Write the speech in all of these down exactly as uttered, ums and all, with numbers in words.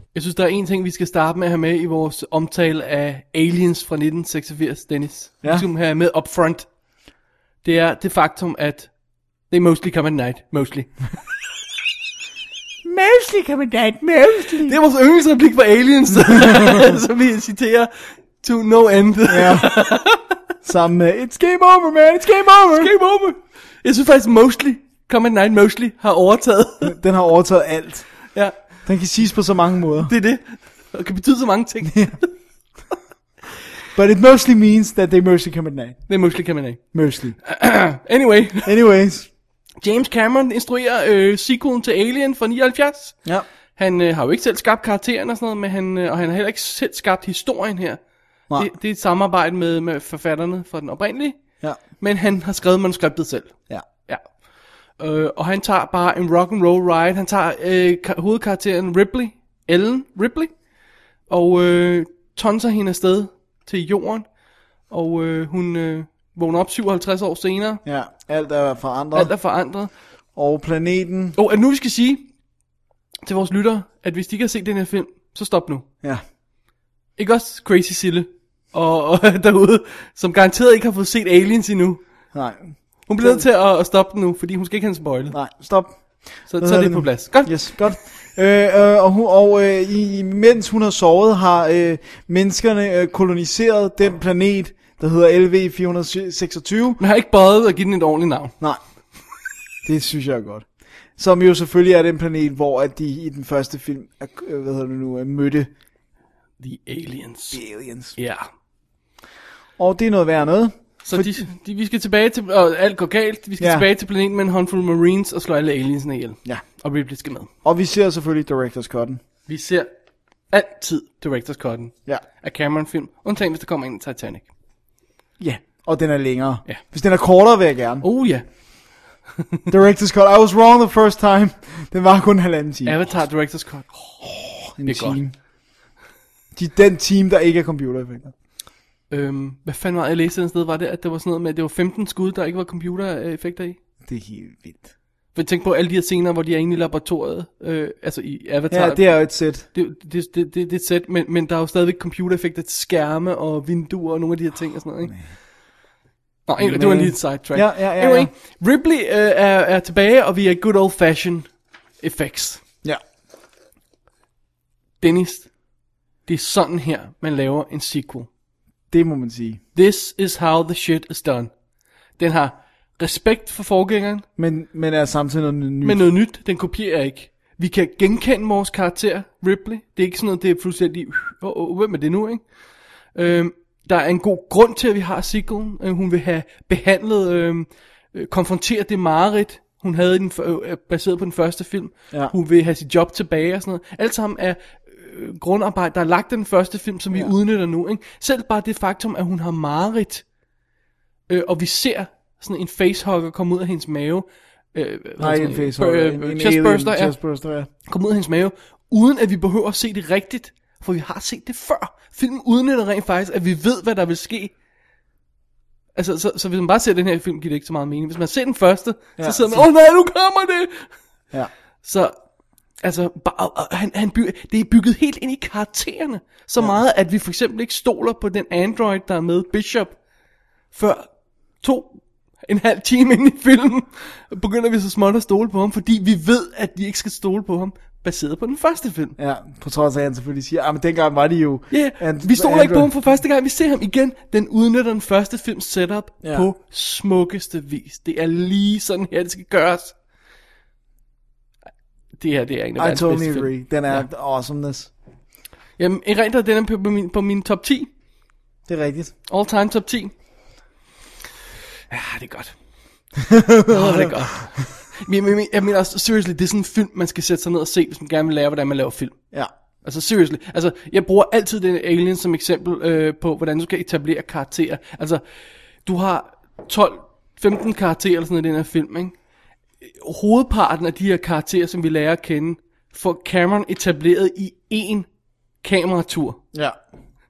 Jeg synes, der er en ting, vi skal starte med at have med i vores omtale af Aliens fra nitten seksogfirs, Dennis. Ja. Vi skal have med up front. Det er det faktum, at they mostly come at night. Mostly. Mostly come at night, mostly. Det er vores yndlingsreplik for Aliens, som vi citerer to no end. Ja. Sammen med, it's game over, man, it's game over. It's game over. Jeg synes faktisk, mostly come at night, mostly har overtaget. Den har overtaget alt. Ja. Den kan siges på så mange måder. Det er det. Og kan betyde så mange ting. Yeah. But it mostly means that they mostly come at night. They mostly come at night. Mostly. Anyway. Anyways. James Cameron instruerer øh, sequelen til Alien fra nioghalvfjerds. Ja. Han øh, har jo ikke selv skabt karakteren og sådan noget, men han, øh, og han har heller ikke selv skabt historien her. Det, det er et samarbejde med, med forfatterne fra den oprindelige. Ja. Men han har skrevet manuskriptet selv. Ja. Ja. Øh, og han tager bare en rock and roll ride. Han tager øh, ka- hovedkarakteren Ripley, Ellen Ripley, og øh, tonser hende afsted til jorden. Og øh, hun øh, vågner op syvoghalvtreds år senere. Ja, alt er forandret. Alt er forandret. Og planeten. Og nu vi skal sige til vores lyttere, at hvis de ikke har set den her film, så stop nu. Ja. Ikke også Crazy Sille og, og derude, som garanteret ikke har fået set Aliens endnu. Nej. Hun bliver nødt til at, at stoppe den nu, fordi hun skal ikke have en spoiler. Nej, stop. Så, så er det på plads. Godt. Yes, godt. Øh, øh, og hun, og øh, i, mens hun har sovet, har øh, menneskerne øh, koloniseret den planet, der hedder L V fire hundrede seksogtyve. Men har ikke boet at give den et ordentligt navn. Nej, det synes jeg er godt. Som jo selvfølgelig er den planet, hvor at de i den første film, er, øh, hvad hedder det nu, er mødte The Aliens. The Aliens. Ja. Og det er noget værd noget. Så For... de, de, vi skal tilbage til, og alt går galt, vi skal ja. tilbage til planeten med en håndfuld Marines og slå alle aliensene ihjel. Ja. Og Ripley skal med. Og vi ser selvfølgelig Director's Cut'en. Vi ser altid Director's Cut'en Ja. af Cameron-film, undtagen hvis der kommer en i Titanic. Ja, og den er længere. Ja. Hvis den er kortere, vil jeg gerne. Oh ja. Director's Cut, I was wrong the first time. Den var kun en halvanden time. Avatar Director's Cut. Oh, en det er time. De, den team, der ikke er computereffekter. Øhm, hvad fanden var jeg læste et sted, var det, at det var sådan noget med, at det var femten skud, der ikke var computereffekter i? Det er helt vildt. For tænk på alle de her scener, hvor de er inde i laboratoriet, øh, altså i Avatar. Ja, det er jo et sæt. Det, det, det, det, det er et sæt, men, men der er jo stadigvæk computereffekter til skærme og vinduer og nogle af de her ting og sådan noget, ikke? Nå, anyway, det var lige et sidetrack. Ja, ja, ja, anyway, ja. Ripley øh, er, er tilbage, og vi er good old fashion effects. Ja. Dennis, det er sådan her, man laver en sequel. Det må man sige. This is how the shit is done. Den har respekt for forgængeren, Men, men er samtidig noget nyt. men noget nyt, den kopierer ikke. Vi kan genkende vores karakter, Ripley. Det er ikke sådan noget, det er fuldstændig, åh, oh, oh, hvem er det nu, ikke? Øhm, der er en god grund til, at vi har sequelen. Øh, hun vil have behandlet, øh, konfronteret det mareridt, hun havde i den, øh, baseret på den første film. Ja. Hun vil have sit job tilbage og sådan noget. Alt sammen er øh, grundarbejde, der er lagt i den første film, som vi Ja. udnytter nu, ikke? Selv bare det faktum, at hun har mareridt, øh, og vi ser sådan en facehugger komme ud af hendes mave. Øh, Nej, en facehugger. Øh, en, en chestburster, alien ja. chestburster, ja. Komme ud af hendes mave, uden at vi behøver at se det rigtigt, for vi har set det før. Filmen udnytter rent faktisk, at vi ved, hvad der vil ske. Altså, så, så hvis man bare ser den her film, giver det ikke så meget mening. Hvis man ser den første, ja, så sidder man, åh oh, nej, nu kommer det! Ja. Så, altså, bare, og han, han bygger, det er bygget helt ind i karaktererne. Så ja. meget, at vi for eksempel ikke stoler på den android, der er med, Bishop, før to en halv time inde i filmen, begynder vi så småt at stole på ham, fordi vi ved, at de ikke skal stole på ham, baseret på den første film. Ja, på trods af, at han selvfølgelig siger, ah, men dengang var de jo... Ja, yeah, and, vi stoler ikke på ham for første gang, vi ser ham igen. Den udnytter den første films setup ja. på smukkeste vis. Det er lige sådan her, det skal gøres. Det her, det er en af verdens bedste film. agree. Den er ja. awesomeness. Jamen, jeg rent den er på, på, min, på min top ti. Det er rigtigt. All time top ti. Ja, det er godt. Åh, oh, det er godt. Jeg mener, jeg mener også, seriously, det er sådan en film, man skal sætte sig ned og se, hvis man gerne vil lære, hvordan man laver film. Ja. Altså, seriously. Altså, jeg bruger altid den Alien som eksempel øh, på, hvordan du skal etablere karakterer. Altså, du har tolv femten karakterer eller sådan noget i den her film, ikke? Hovedparten af de her karakterer, som vi lærer at kende, får Cameron etableret i én kameratur. Ja.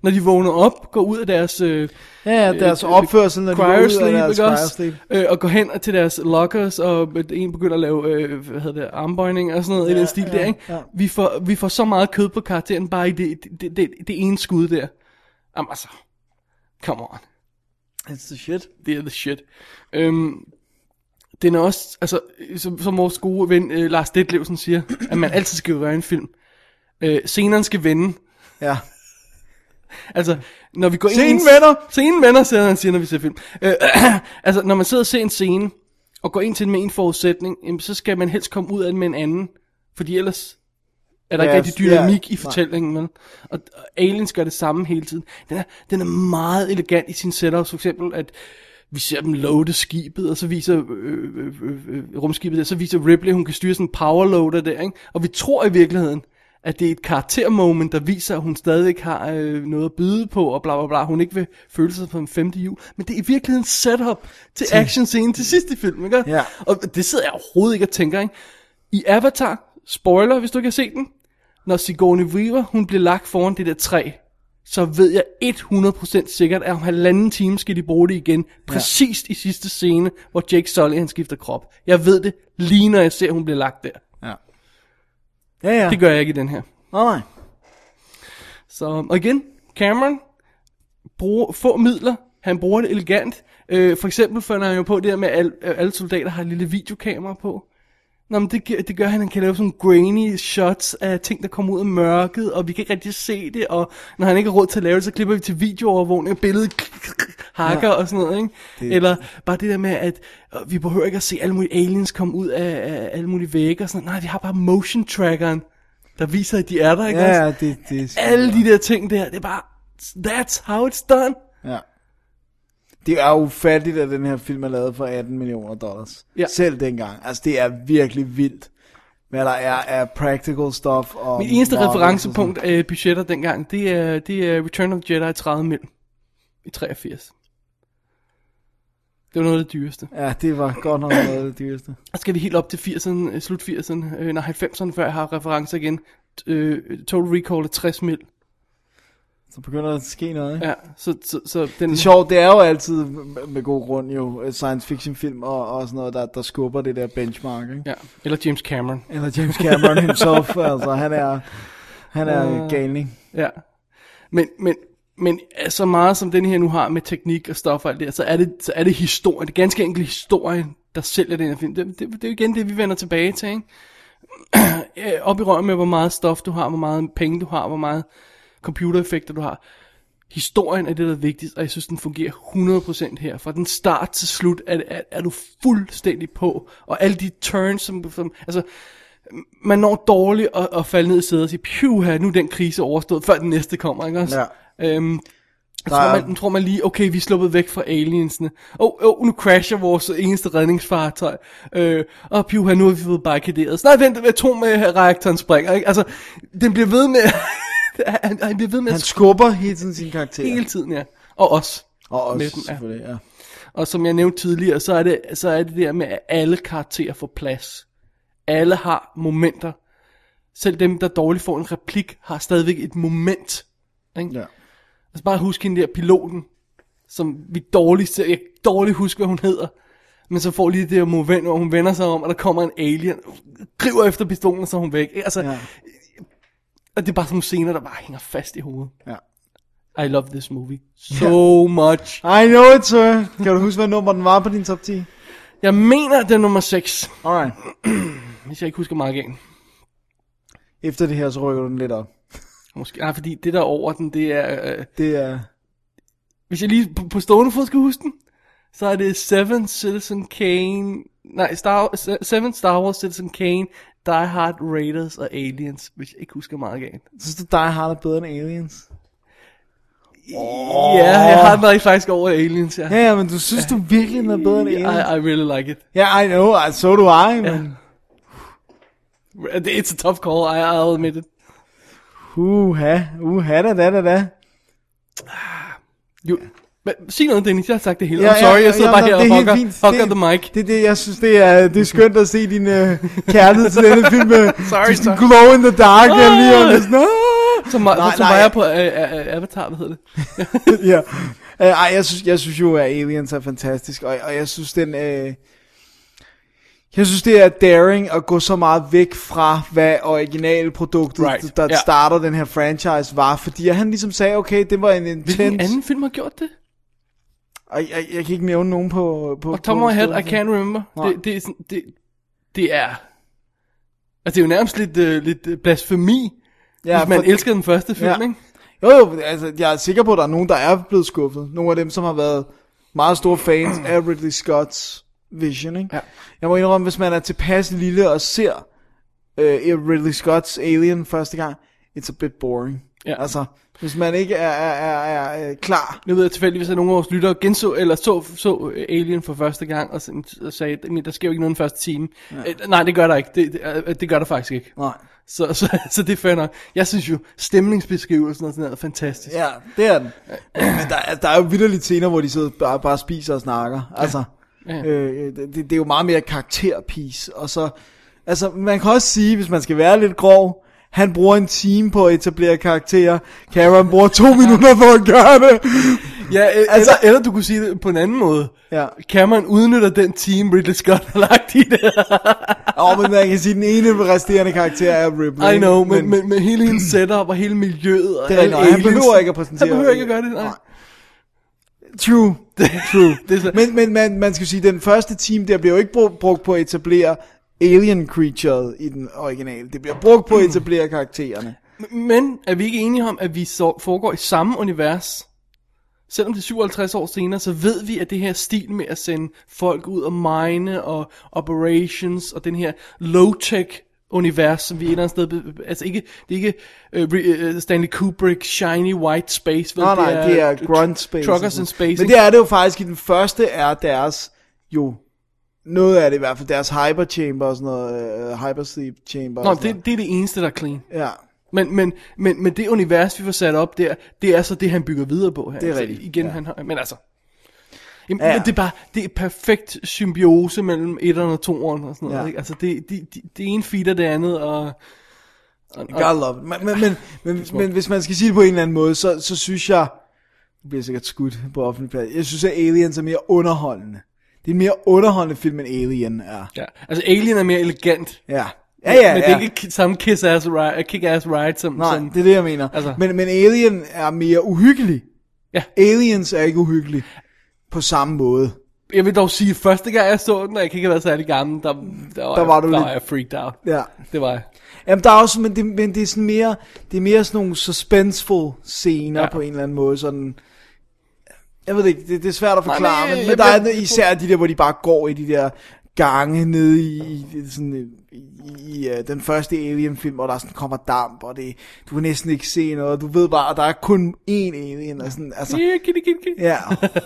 Når de vågner op, går ud af deres... Øh, ja, ja, deres øh, opførsel, når de går ud af deres cryo-sleep. Øh, og går hen til deres lockers, og en begynder at lave, øh, hvad hedder det, armbøjning og sådan noget, ja, i den stil ja, der, ikke? Ja. Vi, får, vi får så meget kød på karakteren, bare i det, det, det, det ene skud der. Jamen altså, come on. It's the shit. Det er the shit. Øhm, den er også, altså, som, som vores gode ven, øh, Lars Detlevsen siger, at man altid skal gøre en film. Øh, scenerne skal vende. Ja. Altså, når vi går ind scenen i en... vender! Scenen vender, siger han, siger, når vi ser film. Øh, øh, altså, når man sidder og ser en scene, og går ind til den med en forudsætning, jamen, så skal man helst komme ud af den med en anden. Fordi ellers er der yes, ikke rigtig dynamik yeah, i fortællingen. Vel? Og, og Aliens gør det samme hele tiden. Den er, den er meget elegant i sin setup. For eksempel, at vi ser dem loade skibet, og så viser øh, øh, øh, rumskibet der, så viser Ripley, hun kan styre sådan en powerloader der, ikke? Og vi tror i virkeligheden, at det er et karaktermoment, der viser, at hun stadig har øh, noget at byde på, og bla bla bla, hun ikke vil føle sig på en femte jul. Men det er i virkeligheden setup til actionscenen til sidst i filmen, ikke? Ja. Og det sidder jeg overhovedet ikke og tænker, ikke? I Avatar, spoiler, hvis du ikke har set den, når Sigourney Weaver, hun bliver lagt foran det der træ, så ved jeg hundrede procent sikkert, at om halvanden time skal de bruge det igen, præcis ja. I sidste scene, hvor Jake Sully, han skifter krop. Jeg ved det, lige når jeg ser, at hun bliver lagt der. Ja. Ja, ja. Det gør jeg ikke i den her. Oh, nej. Så, og igen, Cameron bruger få midler, han bruger det elegant. Øh, for eksempel finder han jo på det der med, at alle, alle soldater har et lille videokamera på. Nå, men det, det gør han, han kan lave sådan grainy shots af ting, der kommer ud af mørket, og vi kan ikke rigtig se det, og når han ikke har råd til at lave det, så klipper vi til videoovervågning, og billedet hakker ja. Og sådan noget, ikke? Det... Eller bare det der med, at øh, vi behøver ikke at se alle mulige aliens komme ud af, af alle mulige vægge og sådan noget. Nej, de har bare motion trackeren, der viser, at de er der, ikke ja, også? det, det alle de der ting der, det er bare, that's how it's done. Ja. Det er ufatteligt, at den her film er lavet for atten millioner dollars. Ja. Selv dengang. Altså, det er virkelig vildt, hvad der er af practical stuff. Og mit eneste referencepunkt af budgetter dengang, det er, det er Return of the Jedi tredive mil i treogfirs. Det var noget af det dyreste. Ja, det var godt nok noget af det dyreste. Og skal vi helt op til firserne, slut firserne, øh, nej halvfemserne, før jeg har referencer igen. Øh, Total Recall er tres mil. Så begynder der at ske noget, ikke? Ja, så, så, så den... Det er sjovt, det er jo altid med god grund jo science fiction film og, og sådan noget, der, der skubber det der benchmark, ikke? Ja, eller James Cameron. Eller James Cameron himself, altså han er, han er uh, galning. Ja, men, men, men så meget som den her nu har med teknik og stof og alt det, så er det, så er det historien, det er ganske enkelt historien, der sælger den her film. Det, det, det er jo igen det, vi vender tilbage til, ikke? Op i røven med, hvor meget stof du har, hvor meget penge du har, hvor meget computereffekter du har. Historien er det, der er vigtigst, og jeg synes, den fungerer hundrede procent her. Fra den start til slut er, er, er du fuldstændig på, og alle de turns, som, som altså, man når dårligt at, at falde ned i sædet og sige, pjuha, nu er den krise overstået, før den næste kommer, ikke også? Ja. Øhm, jeg tror, man, nu tror man lige, okay, vi er sluppet væk fra aliensene. Åh, oh, oh, nu crasher vores eneste redningsfartøj. Øh, og pjuha, nu har vi fået barrikaderet. Så nej, vent, atomreaktoren springer, ikke? Altså, den bliver ved med... Han, han bliver ved med han skubber hele tiden sin karakter. Hele tiden, ja. Og os. Og os, dem, selvfølgelig, ja. Og som jeg nævnte tidligere, så er det, så er det der med, at alle karakterer får plads. Alle har momenter. Selv dem, der dårligt får en replik, har stadigvæk et moment. Ikke? Ja. Altså bare husk hende der piloten, som vi dårligt ser. Jeg kan dårligt huske, hvad hun hedder. Men så får lige det der moment, hvor hun vender sig om, og der kommer en alien, griber efter pistolen, så er hun væk. Altså... Ja. Og det er bare sådan nogle scener, der bare hænger fast i hovedet. Ja. I love this movie so yeah. much. I know it, sir. Kan du huske, hvad nummer den var på din top ti? Jeg mener, det er nummer seks. Alright. Hvis jeg ikke husker meget galt. Efter det her, så rykker du den lidt op. Måske. Nej, fordi det der over den, det er... Øh, det er... Hvis jeg lige på, på stående fod skal huske den, så er det Seven Citizen Kane... Nej, Star, Seven Star Wars, Citizen Kane... Die Hard, Raiders og Aliens, hvis jeg ikke husker meget galt. Synes du, Die Hard er bedre end Aliens? Oh. Ja, jeg har den faktisk over Aliens, ja. Ja, ja, men du synes du virkelig, den er bedre end Aliens? I, I really like it. Yeah, I know, so do I, man. Yeah. It's a tough call, I, I'll admit it. Uha, uha, da, da, da, da. Jo... Men sig noget, Dennis, jeg har sagt det hele. Ja, I'm sorry, ja, jeg sidder ja, bare her og hugger, hugger the mic. Det er det, jeg synes, det er, det er skønt at se din uh, kærlighed til denne film. Sorry, sorry. Glow in the dark. Oh. Lige, og sådan, oh. Som, nej, som var jeg på uh, uh, Avatar, hvad hedder det? Ja. Uh, ej, jeg synes, jeg synes jo, at Aliens er fantastisk, og, og jeg synes, den... Uh, jeg synes, det er daring at gå så meget væk fra, hvad originalproduktet, right. der yeah. starter den her franchise, var. Fordi han ligesom sagde, okay, det var en intense... Hvilken anden film har gjort det? Jeg, jeg, jeg kan ikke nævne nogen på... på og Tom og Head, I can't remember. Det, det, er sådan, det, det er... Altså, det er jo nærmest lidt, uh, lidt blasfemi, ja, hvis man for... elsker den første film, ja. Ikke? Jo, jo, altså, jeg er sikker på, at der er nogen, der er blevet skuffet. Nogle af dem, som har været meget store fans af Ridley Scotts Vision, ikke? Ja. Jeg må indrømme, hvis man er tilpas lille og ser uh, Ridley Scotts Alien første gang, it's a bit boring. Ja. Altså, hvis man ikke er, er, er, er klar. Nu ved jeg tilfældigvis, at nogle af vores lyttere genså, eller så, så Alien for første gang, og sagde, at der sker jo ikke noget den første time. Ja. Øh, nej, det gør der ikke. Det, det, det gør der faktisk ikke. Nej. Så, så, så det er fair nok. Jeg synes jo, stemningsbeskrivelsen og sådan noget er fantastisk. Ja, det er den. Men der, er, der er jo vitterligt scener, hvor de sidder bare, bare spiser og snakker. Altså, ja. Ja. Øh, det, det er jo meget mere karakterpiece. Og så, altså, man kan også sige, hvis man skal være lidt grov, han bruger en time på at etablere karakterer. Cameron bruger to minutter for at gøre det. Ja, altså, eller, eller du kunne sige det på en anden måde. Ja. Cameron udnytter den team, Ridley Scott har lagt i det. Åh, oh, men man kan sige, at den ene resterende karakter er Ripley. I know, men, men, men hele hendes setup og hele miljøet. Og det er ikke, han behøver ikke at præsentere. Han behøver ikke at gøre det, nej. nej. True, true. det er men men man, man skal sige, den første team der bliver jo ikke brugt på at etablere alien creature i den originale. Det bliver brugt på at etablere karaktererne. Men er vi ikke enige om, at vi så foregår i samme univers? Selvom det er syvoghalvtreds år senere, så ved vi, at det her stil med at sende folk ud og mine og operations og den her low-tech univers, som vi et eller andet sted, altså ikke, det er ikke uh, Stanley Kubrick, shiny white space. Nej, nej, det er, det er grunt space. Truckers in space. Men det er det jo faktisk i den første, er deres jo noget af det i hvert fald, deres hyper chamber og sådan noget, uh, hypersleep chamber. Nå, det, det er det eneste, der er clean. Ja. Men, men, men, men det univers, vi får sat op der, det er så det, han bygger videre på her. Det er altså, rigtigt. Igen, ja. han har, men altså, jamen, ja. Men det er bare, det er perfekt symbiose mellem etteren og toeren og sådan noget, ja. Ikke? Altså, det, det, det, det ene feeder det andet, og... og, og God love it. Men, men, men, men, men hvis man skal sige det på en eller anden måde, så, så synes jeg, det bliver sikkert skudt på offentlig plads, jeg synes, at Aliens er mere underholdende. Det er en mere underholdende film, end Alien er. Ja, altså Alien er mere elegant. Ja. Ja, ja, men ja. det er ikke samme kiss-ass ride, kick-ass ride som... Nej, som, det er det, jeg mener. Altså. Men, men Alien er mere uhyggelig. Ja. Aliens er ikke uhyggelig på samme måde. Jeg vil dog sige, at første gang jeg så den, og jeg kan ikke have været særlig gammel, der, der, var, der var, jeg, der var jeg freaked out. Ja. Det var jeg. Jamen, der er også, men det, men det er sådan mere, det er mere sådan nogle suspenseful scener ja. På en eller anden måde, sådan... Jeg ved ikke, det, det er svært at forklare, Nej, men, men, men der er især de der, hvor de bare går i de der gange nede i, i, sådan, i, i uh, den første Alien-film, hvor der sådan kommer damp, og det, du kan næsten ikke se noget, du ved bare, at der er kun én alien, og sådan, altså... Yeah, kitty, kitty, kitty. Ja.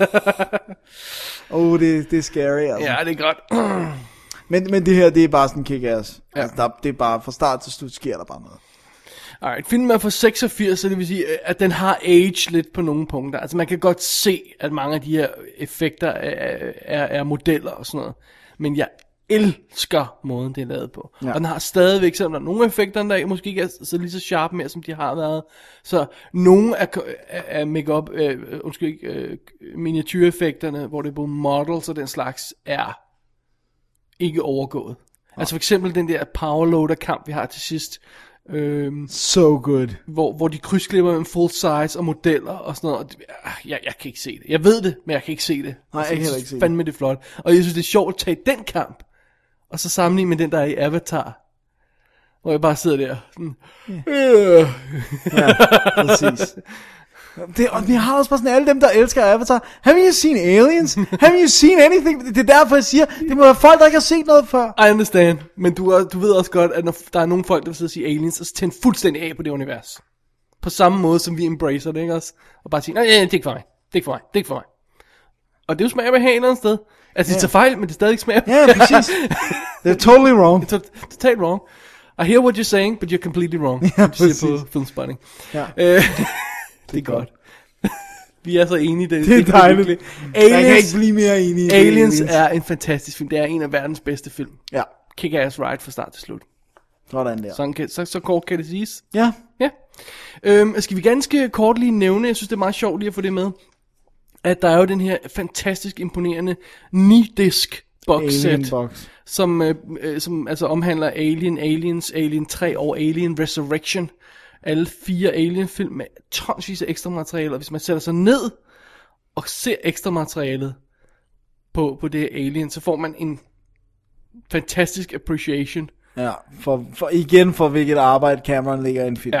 Åh, oh, det, det er scary, altså. Ja, det er godt. men, men det her, det er bare sådan kick-ass. Ja. Altså, der, det er bare, fra start til slut sker der bare noget. Alright, filmen er fra seksogfirs, så det vil sige, at den har age lidt på nogle punkter. Altså man kan godt se, at mange af de her effekter er, er, er modeller og sådan noget. Men jeg elsker måden, det er lavet på. Ja. Og den har stadigvæk, selvom der er nogle effekter, der måske ikke er så lige så sharp mere, som de har været. Så nogle af, af make-up, øh, undskyld ikke, øh, miniatyreffekterne, hvor det er både models og den slags, er ikke overgået. Ja. Altså for eksempel den der powerloader-kamp, vi har til sidst. Øhm, so good. Hvor, hvor de krydsklipper med full size og modeller og sådan noget. Jeg, jeg kan ikke se det. Jeg ved det, men jeg kan ikke se det. Nej, jeg kan heller ikke se det. Fandme det flot. Og jeg synes, det er sjovt at tage den kamp, og så sammenligne med den, der er i Avatar. Hvor jeg bare sidder der. Sådan, yeah. øh. Ja, præcis. Det, og vi har også bare sådan alle dem, der elsker Avatar. Have you seen Aliens? Have you seen anything? Det er derfor, jeg siger, det må være folk, der ikke har set noget før. I understand. Men du, du ved også godt, at når der er nogle folk, der vil sidde og sige Aliens, så tænder fuldstændig af på det univers. På samme måde, som vi embracer det, ikke også? Og bare sige, nej, det er ikke for mig. Det er ikke for mig. Det er ikke for mig. Og det er jo smager med her et eller andet sted. Altså, det tager fejl, men det er stadig smager. Ja, yeah, præcis. They're totally wrong. It's totally wrong. I hear what you're saying, but you're completely wrong. Ja, præcis. På Filmspotting. Ja. Øh, det er godt. Vi er så enige. Det, det er dejligt. Aliens, jeg kan ikke blive mere enig. Aliens er en fantastisk film. Det er en af verdens bedste film. Ja. Kick-ass ride fra start til slut. Sådan der. Sådan kan, så, så kort kan det siges. Ja. Ja. Øhm, skal vi ganske kort lige nævne, jeg synes det er meget sjovt lige at få det med, at der er jo den her fantastisk imponerende ni-disk box set, box. som, øh, øh, som altså omhandler Alien, Aliens, Alien tre og Alien Resurrection. Alle fire Alien-film med tonsvis af ekstra materialer. Hvis man sætter sig ned og ser ekstra materialet på, på det Alien, så får man en fantastisk appreciation. Ja, for, for igen for hvilket arbejde Cameron lægger i en film. Ja.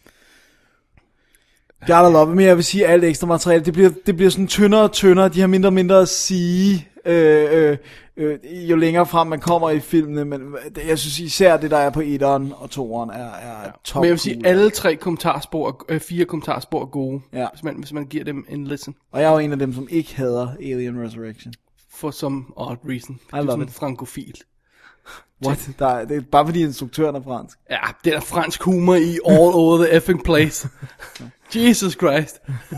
Gotta love it, men jeg vil sige, at alt ekstra materiale, det bliver, det bliver sådan tyndere og tyndere, de har mindre og mindre at sige, øh, øh, øh, jo længere frem man kommer i filmene, men jeg synes især det, der er på etteren og toeren, er, er ja. top. Men jeg vil sige, at alle tre kommentarspor, øh, fire kommentarspor er gode, ja. hvis, man, hvis man giver dem en listen. Og jeg er jo en af dem, som ikke hader Alien Resurrection. For some odd reason. I love sådan it. Frankofil. What? Der er, det er bare fordi instruktøren er fransk. Ja, det er fransk humor i all over the effing place. Jesus Christ.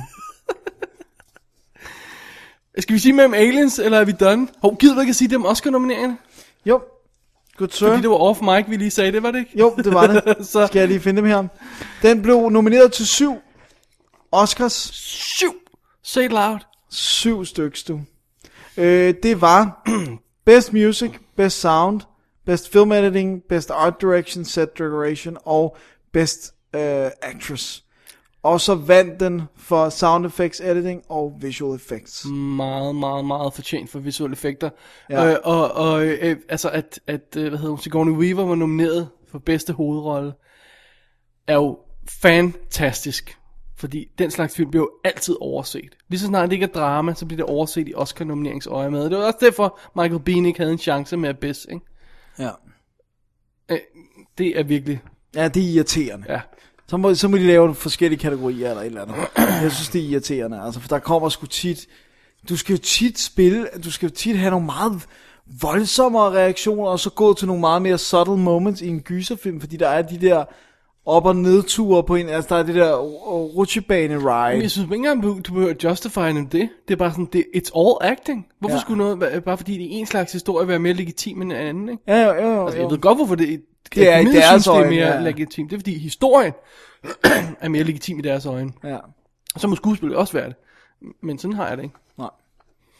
Skal vi sige mere om Aliens, eller er vi done? Hov, gider du ikke at sige det om Oscar-nomineringerne? Jo, good sir. Fordi det var off mic, vi lige sagde det, var det ikke? Jo, det var det. Så... Skal jeg lige finde dem her. Den blev nomineret til syv Oscars. Syv! Say it loud. Syv stykker, du. Øh, det var Best Music, Best Sound, Best Film Editing, Best Art Direction, Set Decoration og Best uh, Actress. Og så vandt den for Sound Effects Editing og Visual Effects. Meget, meget, meget fortjent for visuelle effekter. Ja. Øh, og og øh, altså, at, at hvad hedder hun, Sigourney Weaver var nomineret for bedste hovedrolle, er jo fantastisk. Fordi den slags film bliver jo altid overset. Lige så snart det ikke er drama, så bliver det overset i Oscar-nomineringsøje med. Det var også derfor, Michael Biehn ikke havde en chance med Abyss, ikke? Ja. Øh, det er virkelig... Ja, det er irriterende. Ja. Så må, så må de lave forskellige kategorier eller et eller andet. Jeg synes, det er irriterende. Altså, for der kommer sgu tit... Du skal jo tit spille... Du skal jo tit have nogle meget voldsommere reaktioner, og så gå til nogle meget mere subtle moments i en gyserfilm, fordi der er de der... op- og nedture på en, altså der er det der rutsjebane-ride. Men jeg synes ikke engang, du, du behøver at justify dem det. Det er bare sådan, det, it's all acting. Hvorfor ja. skulle noget, bare fordi det er en slags historie, være mere legitim end en anden, ikke? Ja, jo, jo, jo. Altså, jeg ved godt, hvorfor det, det er i deres synes, øjne, det er mere ja. legitimt. Det er fordi historien er mere legitim i deres øjne. Ja. Så må skuespillet også være det. Men sådan har jeg det ikke. Nej.